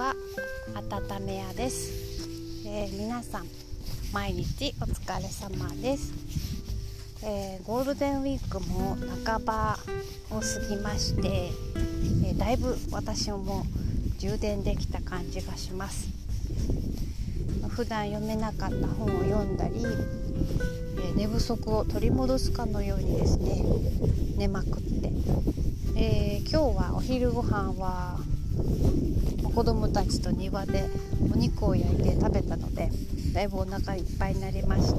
は温め屋です。皆さん毎日お疲れ様です。ゴールデンウィークも半ばを過ぎまして、だいぶ私も充電できた感じがします。普段読めなかった本を読んだり、寝不足を取り戻すかのようにですね、寝まくって、今日はお昼ご飯は子供たちと庭でお肉を焼いて食べたので、だいぶお腹いっぱいになりまして、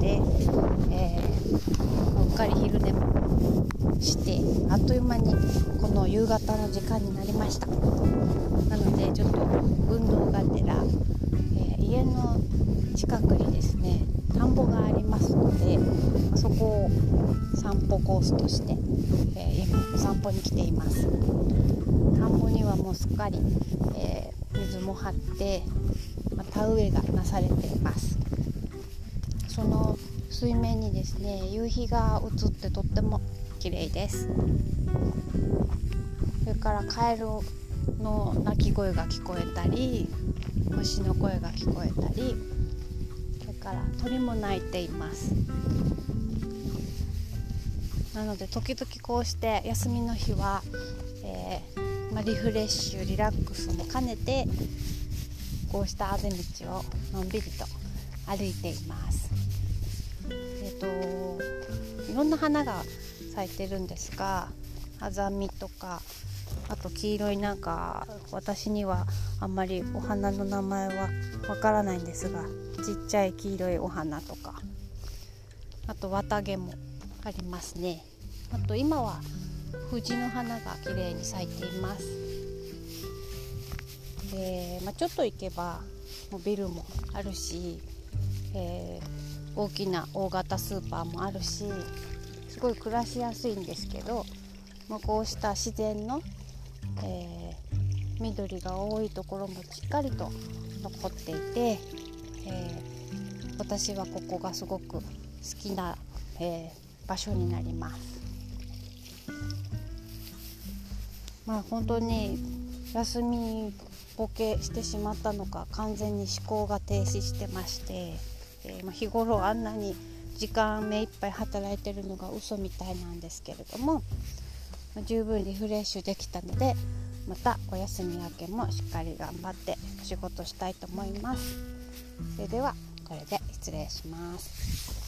うっかり昼寝もしてあっという間にこの夕方の時間になりました。なのでちょっと運動がてら、家の近くにですね田んぼがありますので、そこを散歩コースとして、今散歩に来ています。田んぼにはもうすっかり、水も張って田植えがなされています。その水面にですね夕日が映ってとっても綺麗です。それからカエルの鳴き声が聞こえたり、虫の声が聞こえたり、それから鳥も鳴いています。なので時々こうして休みの日は、リフレッシュリラックスも兼ねてこうしたあぜ道をのんびりと歩いています。いろんな花が咲いてるんですが、アザミとか、あと黄色いなんか私にはあんまりお花の名前はわからないんですが、ちっちゃい黄色いお花とか、あと綿毛もありますね。あと今は藤の花が綺麗に咲いています。ちょっと行けばもうビルもあるし、大きな大型スーパーもあるし、すごい暮らしやすいんですけど、こうした自然の、緑が多いところもしっかりと残っていて、私はここがすごく好きな、場所になります。本当に休みボケしてしまったのか完全に思考が停止してまして、日頃あんなに時間目いっぱい働いてるのが嘘みたいなんですけれども、十分リフレッシュできたので、またお休み明けもしっかり頑張ってお仕事したいと思います。それではこれで失礼します。